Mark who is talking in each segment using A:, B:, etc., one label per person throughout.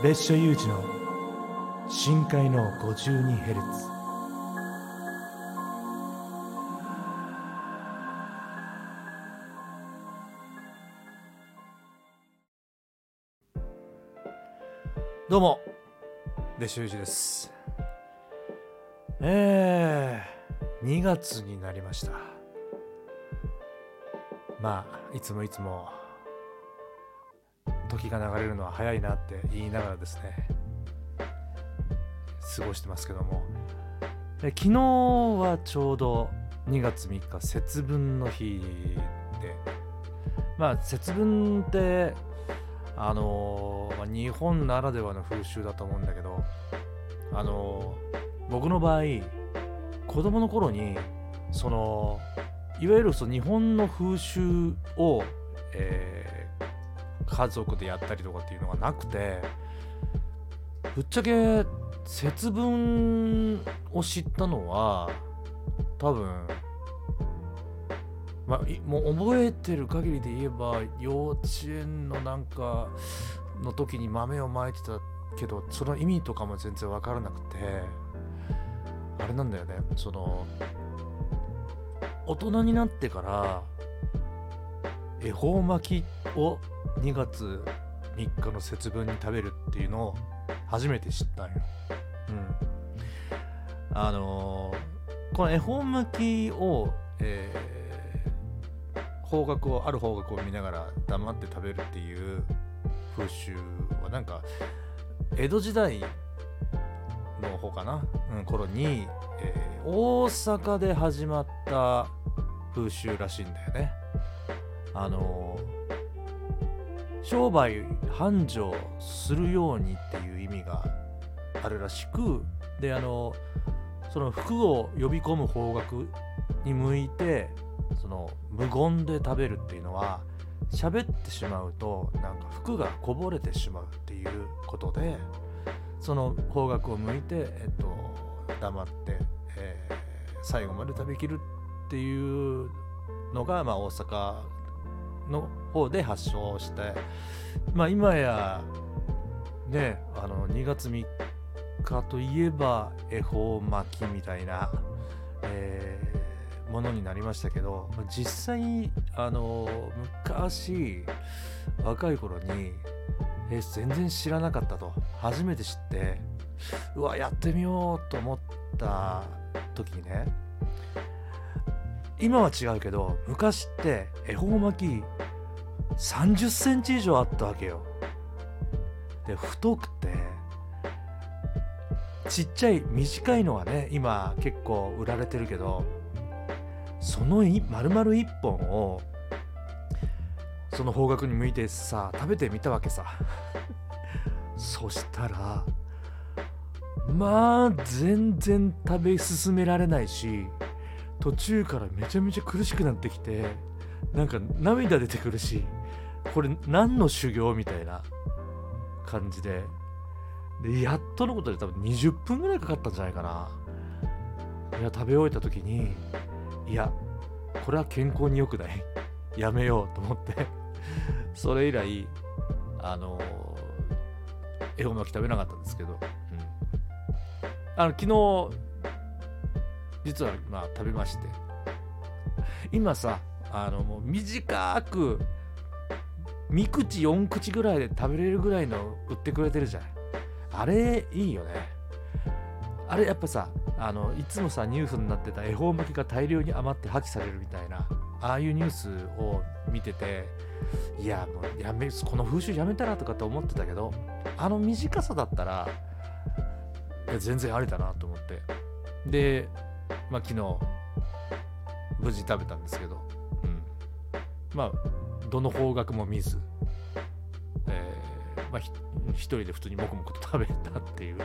A: 別所有事の深海の 52Hz。 どうも別所有事です。2月になりました。まあいつも時が流れるのは早いなって言いながらですね過ごしてますけども、昨日はちょうど2月3日節分の日で、まあ節分って日本ならではの風習だと思うんだけど、僕の場合子供の頃にいわゆる日本の風習を、家族でやったりとかっていうのがなくて、ぶっちゃけ節分を知ったのは多分もう覚えてる限りで言えば幼稚園のなんかの時に豆をまいてたけど、その意味とかも全然分からなくて、あれなんだよね、大人になってから恵方巻きを2月3日の節分に食べるっていうのを初めて知ったんよ。この恵方巻きを、ある方角を見ながら黙って食べるっていう風習はなんか江戸時代の方かな、頃に、大阪で始まった風習らしいんだよね。商売繁盛するようにっていう意味があるらしく、でその福を呼び込む方角に向いて無言で食べるっていうのは、喋ってしまうとなんか福がこぼれてしまうっていうことで、その方角を向いて、黙って、最後まで食べきるっていうのが、大阪の方で発祥して、今やね2月3日といえば恵方巻きみたいな、ものになりましたけど、実際昔若い頃に全然知らなかったと初めて知って、やってみようと思った時にね、今は違うけど昔って恵方巻き30センチ以上あったわけよ。で太くてちっちゃい短いのはね今結構売られてるけど、その丸々1本をその方角に向いてさ食べてみたわけさそしたら全然食べ進められないし、途中からめちゃめちゃ苦しくなってきて、なんか涙出てくるし、これ何の修行みたいな感じで、やっとのことで多分20分ぐらいかかったんじゃないかな。食べ終えた時にこれは健康に良くない、やめようと思ってそれ以来恵方巻き食べなかったんですけど、昨日実は食べまして、今さもう短く3口4口ぐらいで食べれるぐらいの売ってくれてるじゃん。あれいいよね。あれやっぱさいつもさニュースになってた恵方巻きが大量に余って破棄されるみたいな、ああいうニュースを見てて、もうこの風習やめたらとかって思ってたけど、短さだったら全然ありだなと思って、で昨日無事食べたんですけど、どの方角も見ず、一人で普通にもくもくと食べたっていう、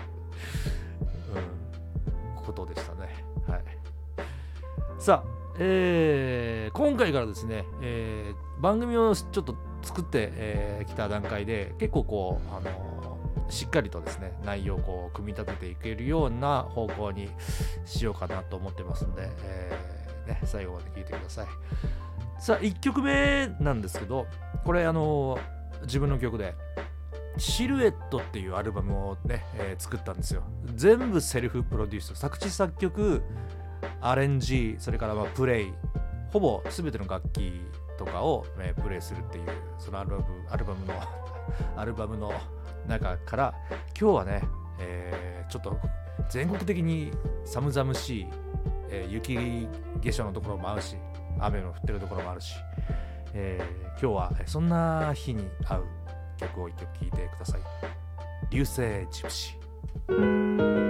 A: ことでしたね。はい。さあ、今回からですね、番組をちょっと作ってきた段階で結構しっかりとですね内容を組み立てていけるような方向にしようかなと思ってますんで、最後まで聞いてください。さあ1曲目なんですけど、これ自分の曲でシルエットっていうアルバムをね、作ったんですよ。全部セルフプロデュース、作詞作曲、アレンジ、それからプレイ、ほぼ全ての楽器とかを、プレイするっていう、そのアルバムの中から、今日はね、ちょっと全国的に寒々しい、雪化粧のところもあるし、雨の降ってるところもあるし、今日はそんな日に合う曲を一曲聴いてください。流星ジプシー。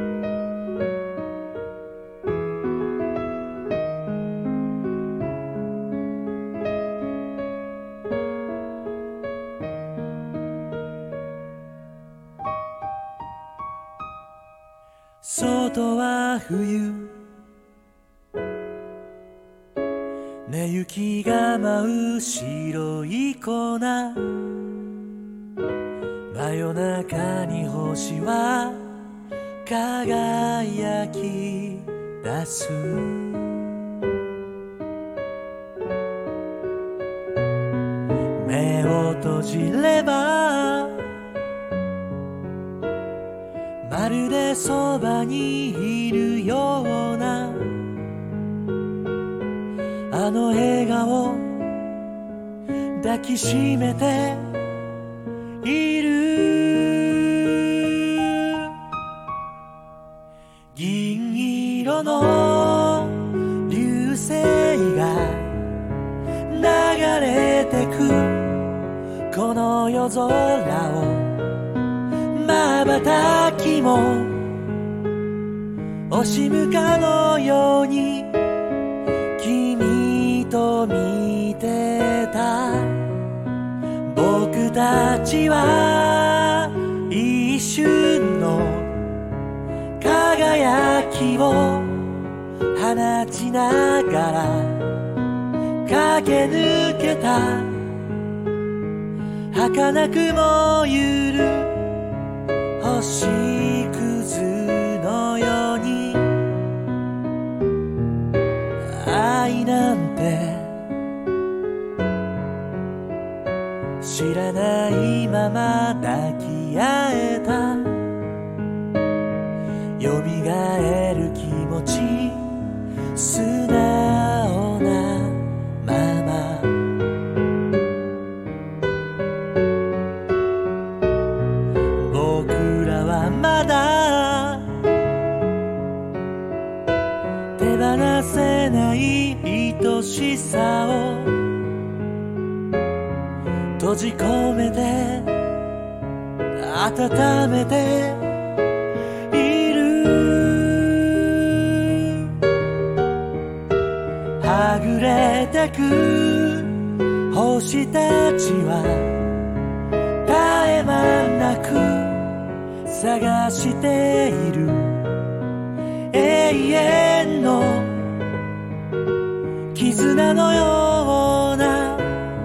B: 外は冬、寝雪が舞う白い粉、真夜中に星は輝き出す。目を閉じればまるでそばにいるようなあの笑顔抱きしめている。銀色の流星が流れてくこの夜空を瞬きも惜しむかのように君と見てた。僕たちは一瞬の輝きを放ちながら駆け抜けた。儚くもゆる星屑のように愛なんて知らないまま抱き合えた。よみがえる気持ち素直なまま僕らはまだ手放せない愛しさを閉じ込めて温めている。はぐれてく星たちは絶え間なく探している永遠の絆のような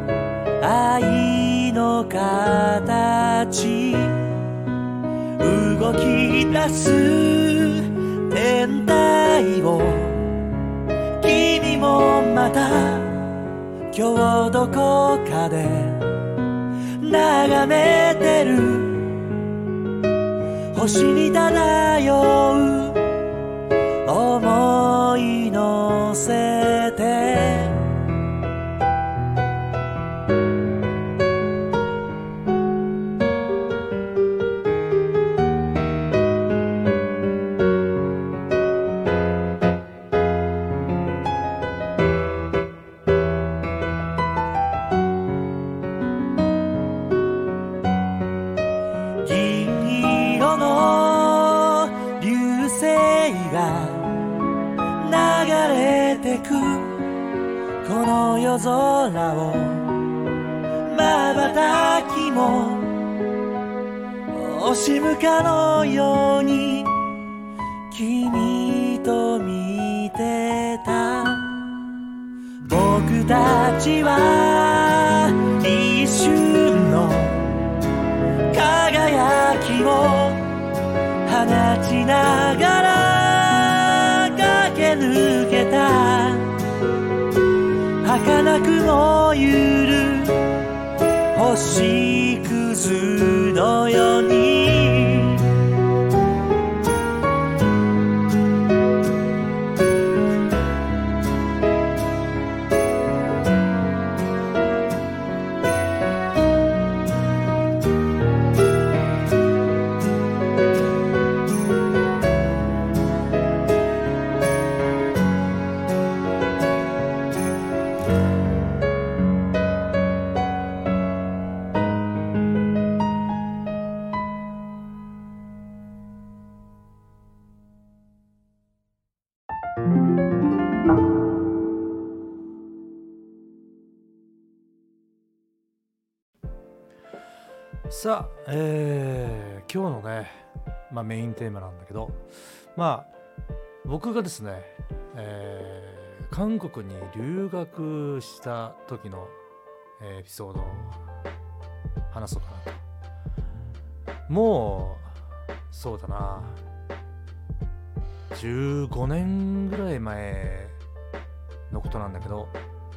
B: 愛の形。動き出す天体を君もまた今日どこかで眺めてる。星に漂う思い乗せて銀色の流星が流れてくこの夜空を瞬きも惜しむかのように君と見てた。僕たちは一瞬の輝きを放ちながら駆け抜けた。儚くもゆる星星屑のように
A: さあ、今日のね、メインテーマなんだけど、僕がですね、韓国に留学した時の、エピソードを話そうかなと。もうそうだな、15年ぐらい前のことなんだけど、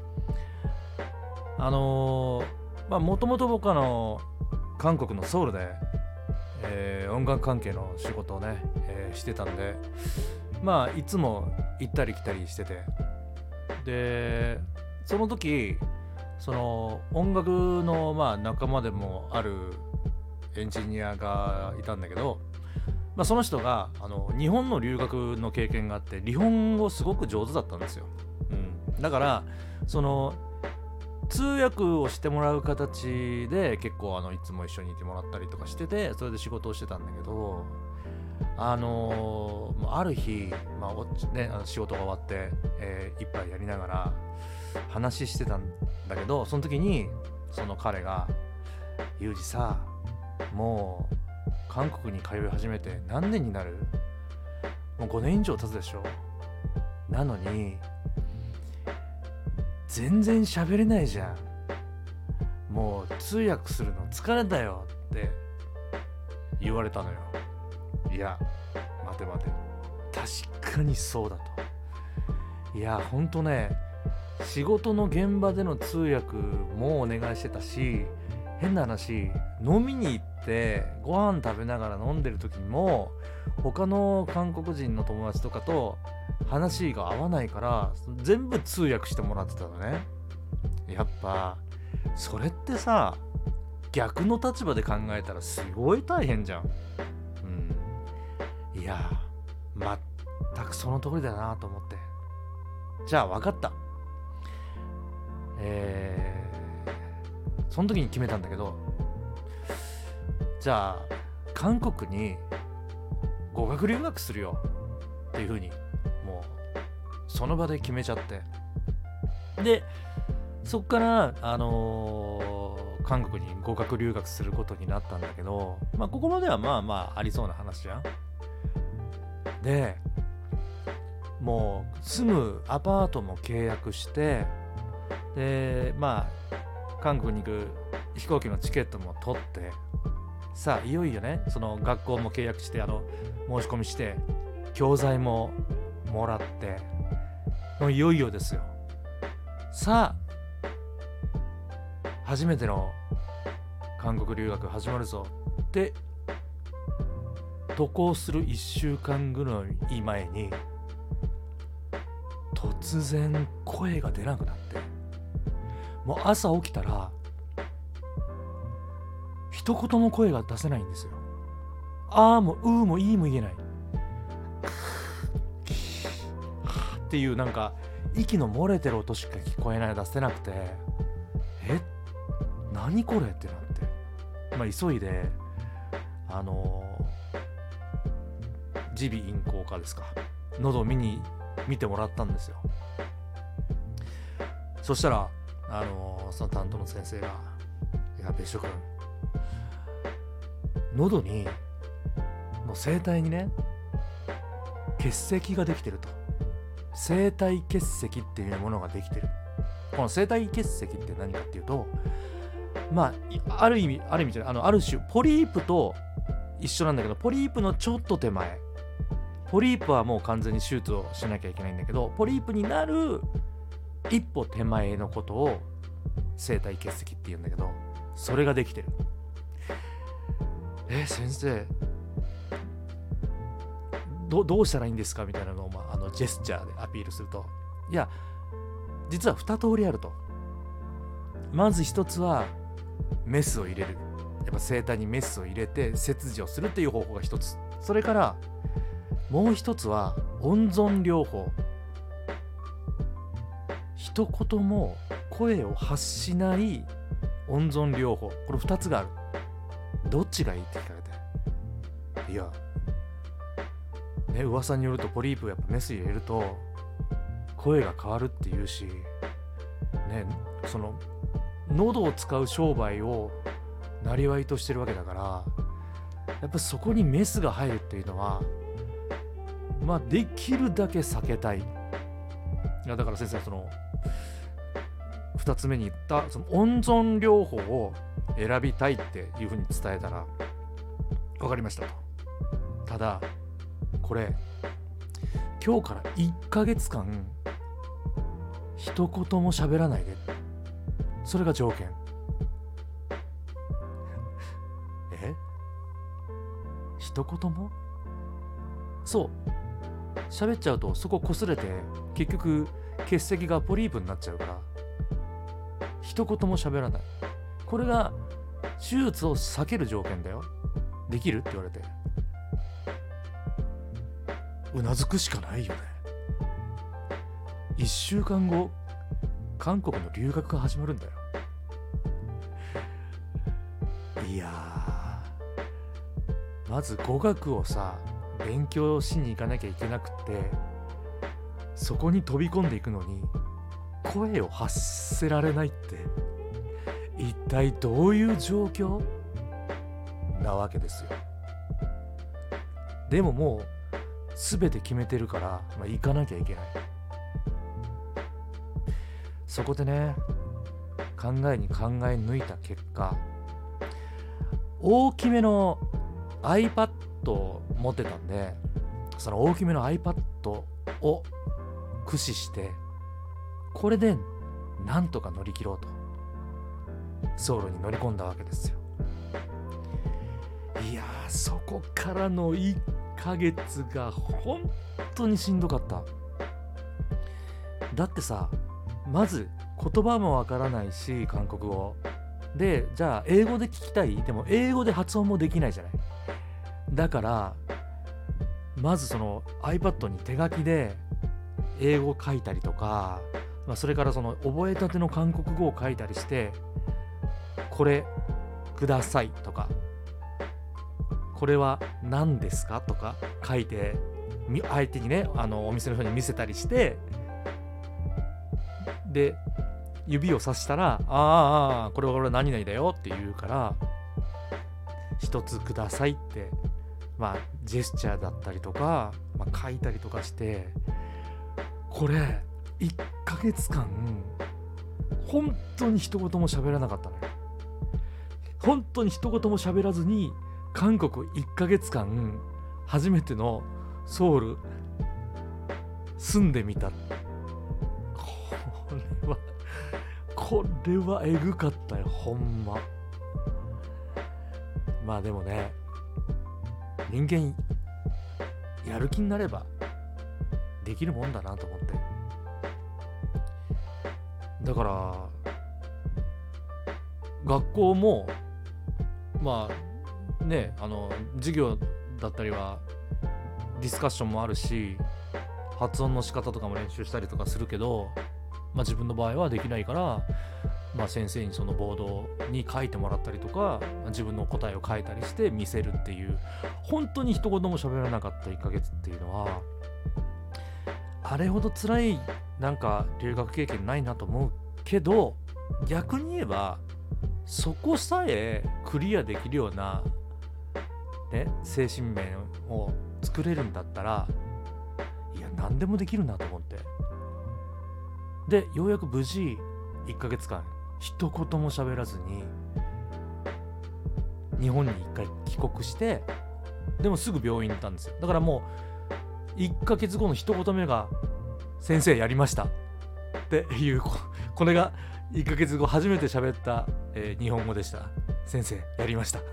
A: もともと僕韓国のソウルで、音楽関係の仕事をね、してたんで、いつも行ったり来たりしてて、でその時その音楽の仲間でもあるエンジニアがいたんだけど、その人が日本の留学の経験があって日本語すごく上手だったんですよ、だからその通訳をしてもらう形で結構いつも一緒にいてもらったりとかしてて、それで仕事をしてたんだけど、ある日、仕事が終わって、一杯やりながら話してたんだけど、その時にその彼がユージさ、もう韓国に通い始めて何年になる？もう5年以上経つでしょ。なのに全然喋れないじゃん。もう通訳するの疲れたよって言われたのよ。いや、待て確かにそうだと。いや、ほんとね、仕事の現場での通訳もお願いしてたし、変な話、飲みに行ってご飯食べながら飲んでる時にも他の韓国人の友達とかと話が合わないから全部通訳してもらってたのね。やっぱそれってさ、逆の立場で考えたらすごい大変じゃん。いや、全くその通りだなと思って、じゃあ分かった、その時に決めたんだけど、じゃあ韓国に語学留学するよっていう風にもうその場で決めちゃって、でそっから韓国に語学留学することになったんだけど、ここまではありそうな話じゃん。でもう住むアパートも契約して、で韓国に行く飛行機のチケットも取って、さあいよいよね、その学校も契約して申し込みして教材ももらって、もういよいよですよ。さあ初めての韓国留学始まるぞって渡航する1週間ぐらい前に突然声が出なくなって、もう朝起きたら一言の声が出せないんですよ。あーもうもいいも言えないっていう、なんか息の漏れてる音しか聞こえない、出せなくて、何これってなって、急いで耳鼻咽喉科ですか、喉を見てもらったんですよ。そしたらその担当の先生が、いや別所君、喉にの声帯にね結石ができてると。声帯結石っていうものができてる。この声帯結石って何かっていうと、ある意味じゃない、ある種ポリープと一緒なんだけど、ポリープのちょっと手前、ポリープはもう完全に手術をしなきゃいけないんだけど、ポリープになる一歩手前のことを声帯結石って言うんだけど、 それができてる。先生どうしたらいいんですかみたいなのを、ジェスチャーでアピールすると、いや実は2通りあると。まず一つはメスを入れる、やっぱ声帯にメスを入れて切除するっていう方法が一つ。それからもう一つは温存療法。一言も声を発しない温存療法、これ2つがある。どっちがいいって聞かれて、いやね、噂によるとポリープやっぱメス入れると声が変わるっていうしね、その喉を使う商売をなりわいとしてるわけだから、やっぱそこにメスが入るっていうのはできるだけ避けたい。いやだから先生、その2つ目に言ったその温存療法を選びたいっていうふうに伝えたら、分かりましたと。ただこれ今日から1ヶ月間一言も喋らないで、それが条件。一言も？そう喋っちゃうとそこ擦れて結局結石がポリープになっちゃうから、一言も喋らない。これが手術を避ける条件だよ。できるって言われて、うなずくしかないよね。1週間後韓国の留学が始まるんだよ。いやまず語学をさ勉強しに行かなきゃいけなくて、そこに飛び込んでいくのに声を発せられないって一体どういう状況なわけですよ。でももう全て決めてるから、行かなきゃいけない。そこでね、考えに考え抜いた結果、大きめの iPad を持ってたんで、その大きめの iPad を駆使してこれでなんとか乗り切ろうとソウルに乗り込んだわけですよ。いやそこからの1ヶ月が本当にしんどかった。だってさ、まず言葉もわからないし、韓国語で、じゃあ英語で聞きたい？でも英語で発音もできないじゃない。だからまずその iPad に手書きで英語を書いたりとか、それからその覚えたての韓国語を書いたりして、これくださいとか、これは何ですかとか書いて、相手にね、お店の人に見せたりして、で指をさしたら、これは何々だよって言うから、一つくださいって、ジェスチャーだったりとか、書いたりとかして、これ1ヶ月間本当に一言も喋らなかったのよ。本当に一言も喋らずに韓国1ヶ月間初めてのソウル住んでみた。これはえぐかったよ、ほんま。でもね、人間やる気になればできるもんだなと思って。だから学校も授業だったりはディスカッションもあるし、発音の仕方とかも練習したりとかするけど、自分の場合はできないから、先生にそのボードに書いてもらったりとか、自分の答えを書いたりして見せるっていう、本当に一言も喋らなかった1ヶ月っていうのは、あれほど辛い留学経験ないなと思うけど、逆に言えばそこさえクリアできるような、精神面を作れるんだったら、いや何でもできるなと思って。でようやく無事1ヶ月間一言も喋らずに日本に1回帰国して、でもすぐ病院に行ったんですよ。だからもう1ヶ月後の一言目が、先生やりましたっていう、これが 1ヶ月後初めて喋った、日本語でした。先生やりました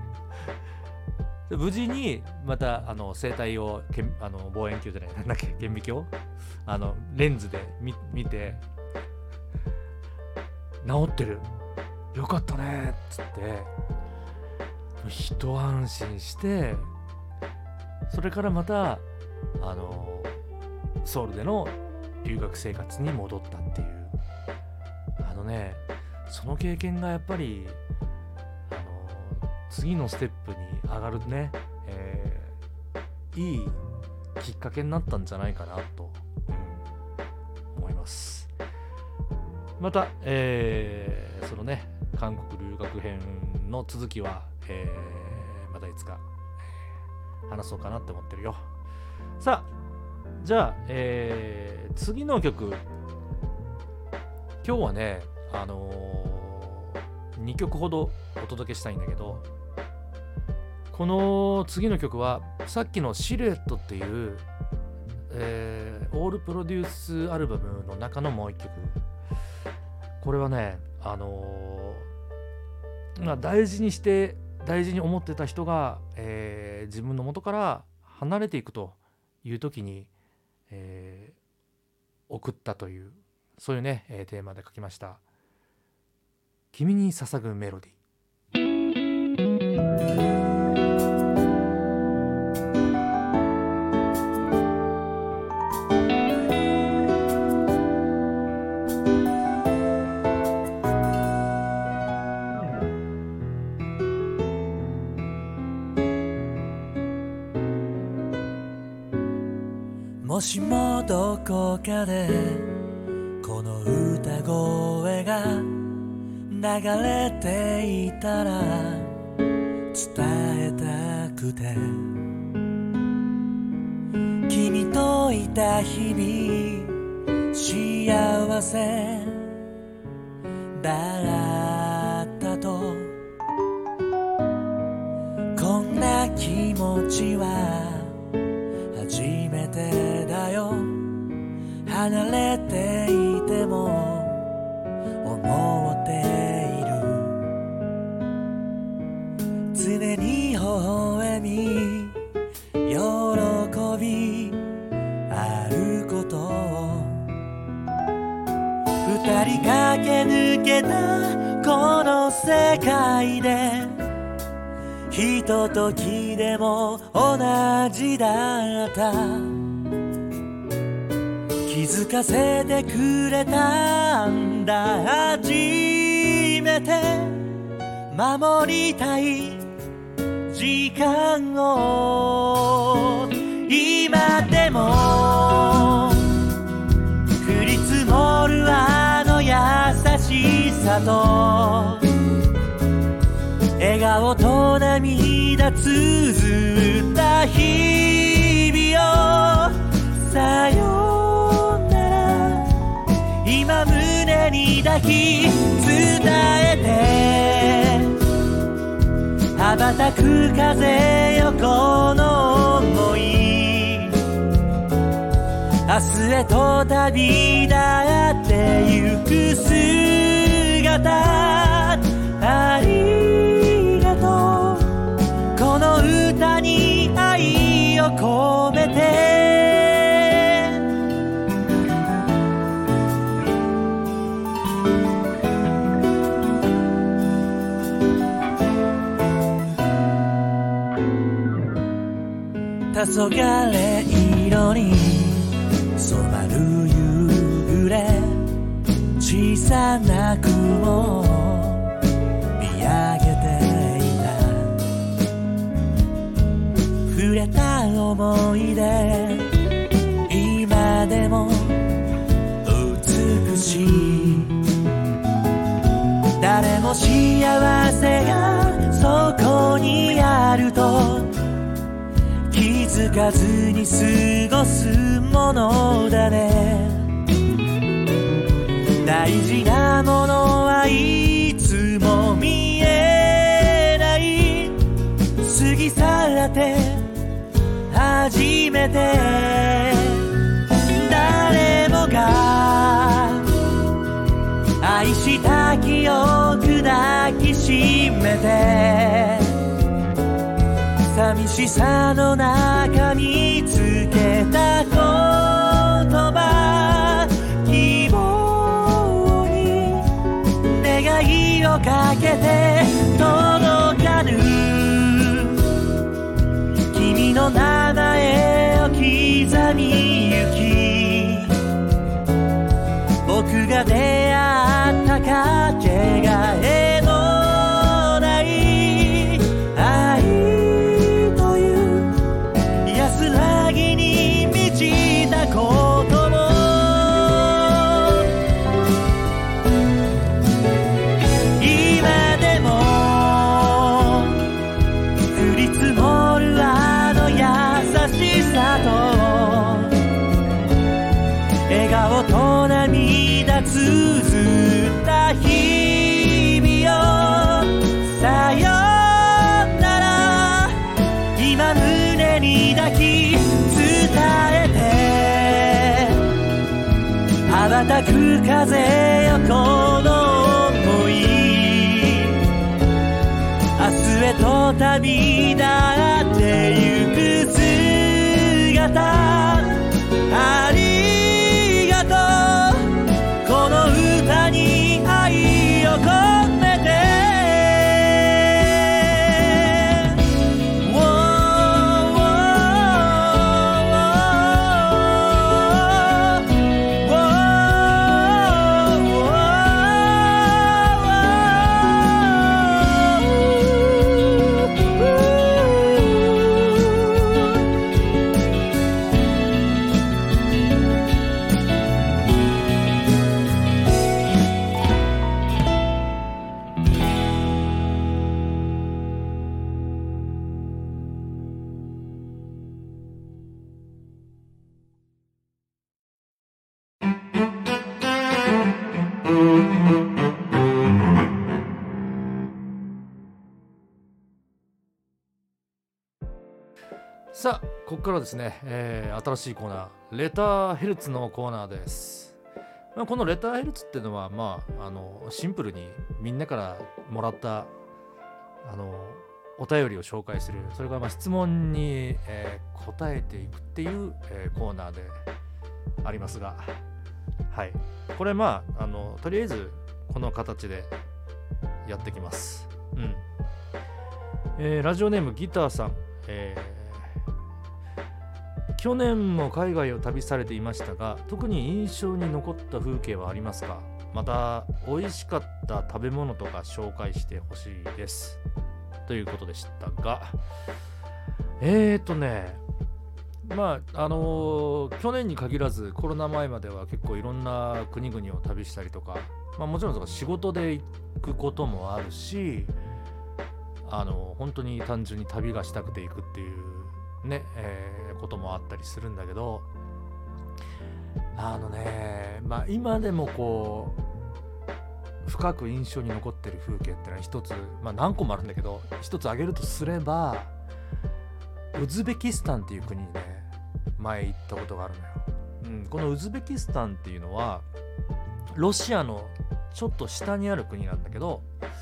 A: 無事にまた生体を望遠鏡じゃないなんだっけ顕微鏡レンズで見て治ってるよかったねっつって一安心して、それからまたソウルでの留学生活に戻ったっていうその経験がやっぱり次のステップに上がるね、いいきっかけになったんじゃないかなと、思います。また、そのね韓国留学編の続きは、またいつか、話そうかなって思ってるよ。さあじゃあ、次の曲今日はね2曲ほどお届けしたいんだけど、この次の曲はさっきのシルエットっていう、オールプロデュースアルバムの中のもう一曲。これはね大事に思ってた人が、自分の元から離れていくという時に、送ったというそういうね、テーマで書きました。君に捧ぐメロディー。
B: もしもどこかでこの歌声が流れていたら伝えたくて、君といた日々幸せだったと、こんな気持ちは初めてだよ、離れていても思っている、常に微笑み喜びあることを、二人駆け抜けたこの世界でひとときでも同じだった、気づかせてくれたんだ、初めて守りたい時間を、今でも降り積もるあの優しさと笑顔と涙綴った日々を、さよなら今胸に抱き伝えて、羽ばたく風よこの想い、明日へと旅立ってゆく姿、ありがとうこの歌に愛を込めて、黄昏色に染まる夕暮れ、小さな雲を見上げていた、触れた思い出今でも美しい、誰も幸せがそこにあると気づかずに過ごすものだね、大事なものはいつも見えない、過ぎ去って初めて誰もが愛し寂しさの中見つけた言葉、希望に願いをかけて届かぬ君の名前を刻みゆき、僕が出会ったかけがえのない愛という安らぎに満ちたことも、今でも降り積もるあの優しさと笑顔と涙綴った日々を、さよなら今胸に抱き伝えて、羽ばたく風よこの想い、明日へと旅立ってゆく姿、ありがとうこの歌に愛を込めて、
A: さあここからですね、新しいコーナーレターヘルツのコーナーです。このレターヘルツっていうのは、シンプルにみんなからもらったお便りを紹介する、それから質問に、答えていくっていう、コーナーでありますが、はい、これとりあえずこの形でやってきます。ラジオネームギターさん、去年も海外を旅されていましたが、特に印象に残った風景はありますか？また美味しかった食べ物とか紹介してほしいですということでしたが、去年に限らずコロナ前までは結構いろんな国々を旅したりとか、もちろん仕事で行くこともあるし、本当に単純に旅がしたくて行くっていうね、こともあったりするんだけど、今でもこう深く印象に残ってる風景ってのは一つ、何個もあるんだけど、一つ挙げるとすればウズベキスタンっていう国にね前行ったことがあるのよ。このウズベキスタンっていうのはロシアのちょっと下にある国なんだけど、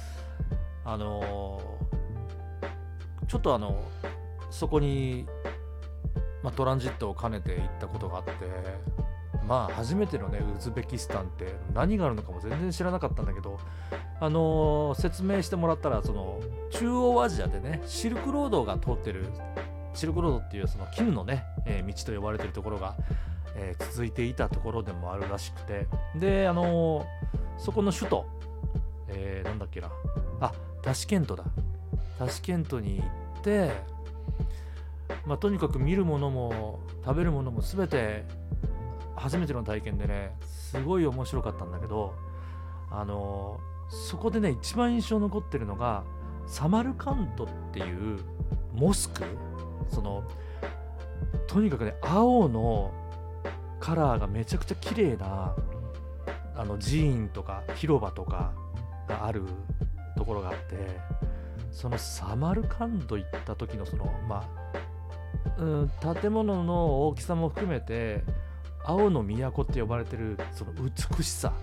A: ちょっとそこに、トランジットを兼ねて行ったことがあって、初めてのねウズベキスタンって何があるのかも全然知らなかったんだけど、説明してもらったら、その中央アジアでねシルクロードが通ってる、シルクロードっていうその絹のね、道と呼ばれてるところが、続いていたところでもあるらしくて、でそこの首都、なんだっけな、タシケントだ。タシケントに行って、とにかく見るものも食べるものも全て初めての体験でね、すごい面白かったんだけど、そこでね一番印象残ってるのがサマルカントっていうモスク、とにかくね青のカラーがめちゃくちゃ綺麗な寺院とか広場とかがあるところがあって、そのサマルカンド行った時の建物の大きさも含めて青の都って呼ばれてるその美しさ、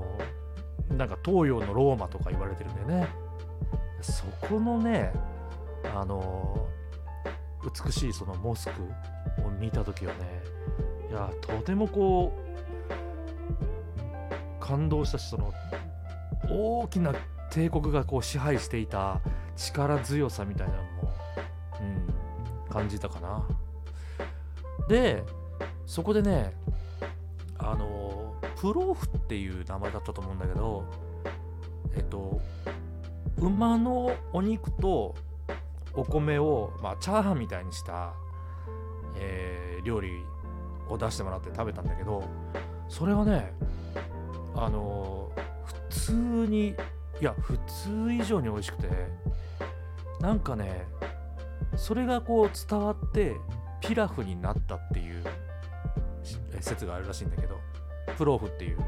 A: なんか東洋のローマとか言われてるんでね、そこのね美しいそのモスクを見た時はね、いやとてもこう感動したし、その大きな帝国がこう支配していた力強さみたいなのも、感じたかな。でそこでね、プローフっていう名前だったと思うんだけど、馬のお肉とお米を、チャーハンみたいにした、料理を出してもらって食べたんだけど、それはね、普通に、いや普通以上に美味しくて、なんかね、それがこう伝わってピラフになったっていう説があるらしいんだけど、プローフっていう、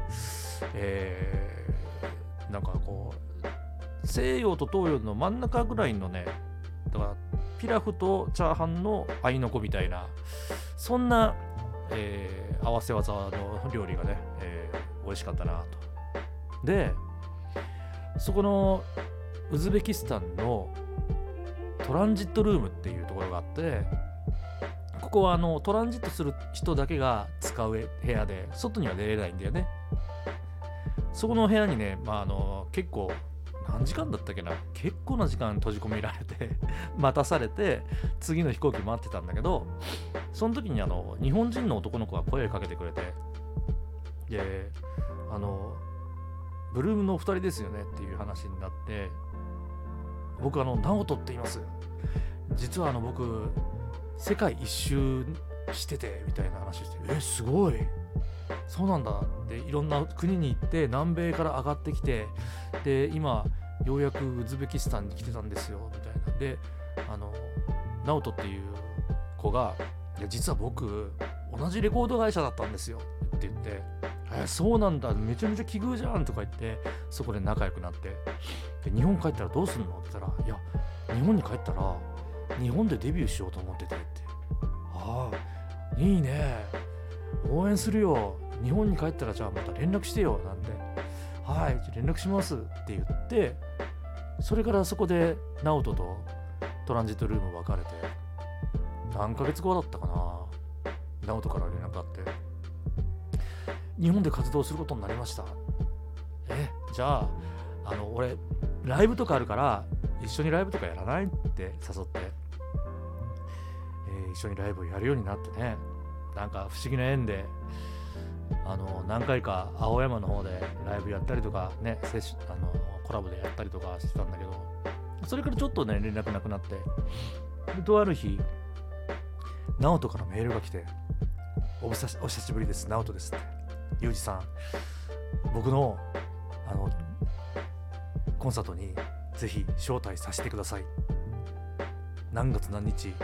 A: なんかこう西洋と東洋の真ん中ぐらいのね、だからピラフとチャーハンの合いの子みたいな、そんな、合わせ技の料理がね、美味しかったなと。でそこのウズベキスタンのトランジットルームっていうところがあって、ここはトランジットする人だけが使う部屋で、外には出れないんだよね。そこの部屋にね、結構何時間だったっけな、結構な時間閉じ込められて待たされて次の飛行機待ってたんだけど、その時に日本人の男の子が声をかけてくれて、でブルームのお二人ですよねっていう話になって、僕ナオトって言います、実は僕世界一周しててみたいな話して、すごい、そうなんだって、いろんな国に行って南米から上がってきて、で今ようやくウズベキスタンに来てたんですよみたいな。でナオトっていう子が、いや実は僕同じレコード会社だったんですよって言って、そうなんだ、めちゃめちゃ奇遇じゃんとか言って、そこで仲良くなって、で日本帰ったらどうすんのって言ったら、いや日本に帰ったら日本でデビューしようと思っててって、ああいいね、応援するよ、日本に帰ったらじゃあまた連絡してよなんて、はいじゃあ連絡しますって言って、それからそこでナオトとトランジットルーム別れて、何ヶ月後だったかな、ナオトから連絡あって、日本で活動することになりました。じゃあ俺ライブとかあるから一緒にライブとかやらないって誘って、一緒にライブをやるようになってね、なんか不思議な縁で何回か青山の方でライブやったりとかね、コラボでやったりとかしてたんだけど、それからちょっとね連絡なくなって、とある日ナオトからメールが来て、お久しぶりです、ナオトですって、ユージさん僕のコンサートにぜひ招待させてください、何月何日、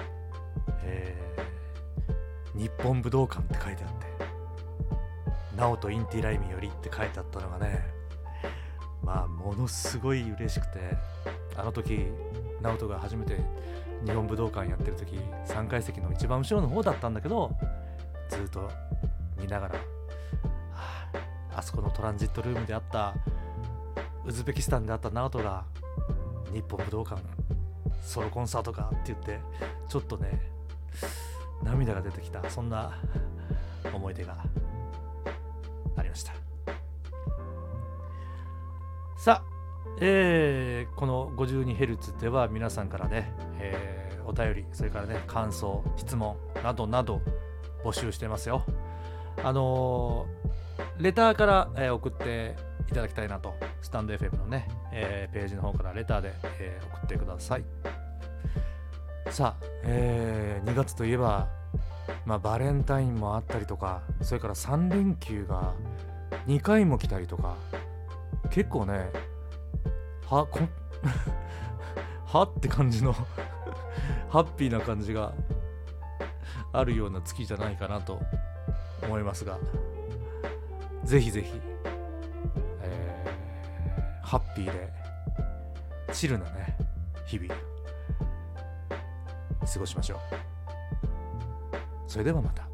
A: 日本武道館って書いてあって、ナオトインティライミよりって書いてあったのがね、ものすごい嬉しくて、あの時ナオトが初めて日本武道館やってる時、3階席の一番後ろの方だったんだけど、ずっと見ながら、あそこのトランジットルームであった、ウズベキスタンであったナオトが日本武道館ソロコンサートかって言って、ちょっとね涙が出てきた、そんな思い出がありました。さあ、この 52Hz では皆さんからね、お便り、それからね感想、質問などなど募集してますよ。レターから、送っていただきたいなと、スタンド FM のね、ページの方からレターで、送ってください。さあ、2月といえば、バレンタインもあったりとか、それから3連休が2回も来たりとか、結構ねはって感じのハッピーな感じがあるような月じゃないかなと思いますが、ぜひぜひ、ハッピーでチルなね日々過ごしましょう。それではまた。